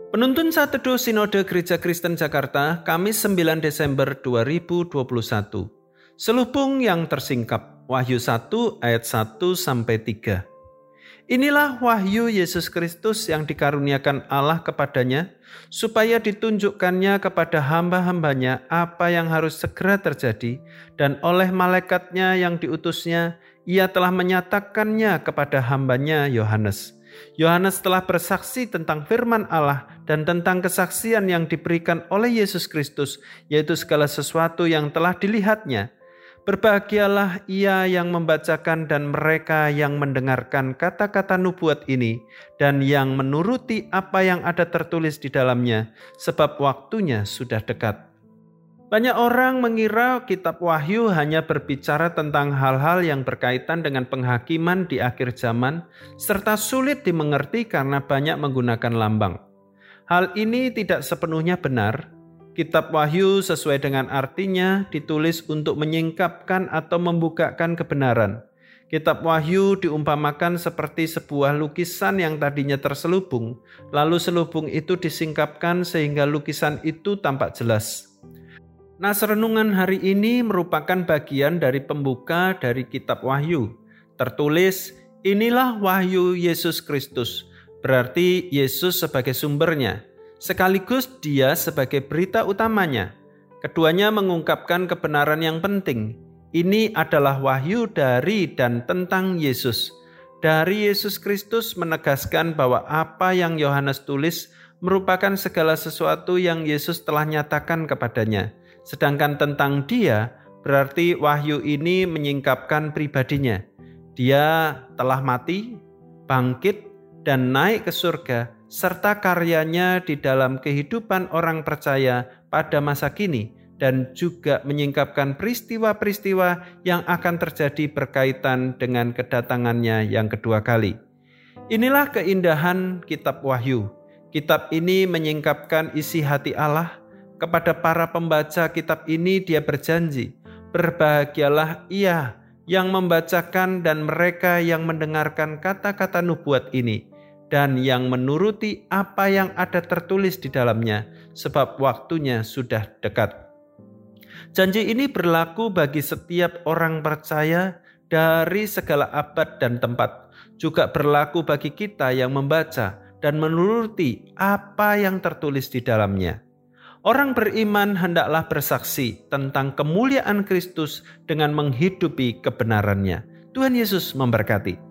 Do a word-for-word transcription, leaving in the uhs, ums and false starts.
Penuntun Saat Teduh Sinode Gereja Kristen Jakarta, Kamis sembilan Desember dua ribu dua puluh satu. Selubung yang tersingkap, Wahyu satu ayat satu sampai tiga. Inilah wahyu Yesus Kristus yang dikaruniakan Allah kepadanya, supaya ditunjukkannya kepada hamba-hambanya apa yang harus segera terjadi, dan oleh malaikatnya yang diutusnya, ia telah menyatakannya kepada hambanya Yohanes. Yohanes telah bersaksi tentang firman Allah dan tentang kesaksian yang diberikan oleh Yesus Kristus, yaitu segala sesuatu yang telah dilihatnya. Berbahagialah ia yang membacakan dan mereka yang mendengarkan kata-kata nubuat ini dan yang menuruti apa yang ada tertulis di dalamnya, sebab waktunya sudah dekat. Banyak orang mengira kitab Wahyu hanya berbicara tentang hal-hal yang berkaitan dengan penghakiman di akhir zaman, serta sulit dimengerti karena banyak menggunakan lambang. Hal ini tidak sepenuhnya benar. Kitab Wahyu sesuai dengan artinya ditulis untuk menyingkapkan atau membukakan kebenaran. Kitab Wahyu diumpamakan seperti sebuah lukisan yang tadinya terselubung, lalu selubung itu disingkapkan sehingga lukisan itu tampak jelas. Nas renungan hari ini merupakan bagian dari pembuka dari kitab Wahyu. Tertulis, inilah wahyu Yesus Kristus, berarti Yesus sebagai sumbernya, sekaligus dia sebagai berita utamanya. Keduanya mengungkapkan kebenaran yang penting. Ini adalah wahyu dari dan tentang Yesus. Dari Yesus Kristus menegaskan bahwa apa yang Yohanes tulis merupakan segala sesuatu yang Yesus telah nyatakan kepadanya. Sedangkan tentang dia, berarti wahyu ini menyingkapkan pribadinya. Dia telah mati, bangkit, dan naik ke surga, serta karyanya di dalam kehidupan orang percaya pada masa kini, dan juga menyingkapkan peristiwa-peristiwa yang akan terjadi berkaitan dengan kedatangannya yang kedua kali. Inilah keindahan kitab Wahyu. Kitab ini menyingkapkan isi hati Allah. Kepada para pembaca kitab ini dia berjanji, berbahagialah ia yang membacakan dan mereka yang mendengarkan kata-kata nubuat ini, dan yang menuruti apa yang ada tertulis di dalamnya, sebab waktunya sudah dekat. Janji ini berlaku bagi setiap orang percaya dari segala abad dan tempat, juga berlaku bagi kita yang membaca dan menuruti apa yang tertulis di dalamnya. Orang beriman hendaklah bersaksi tentang kemuliaan Kristus dengan menghidupi kebenarannya. Tuhan Yesus memberkati.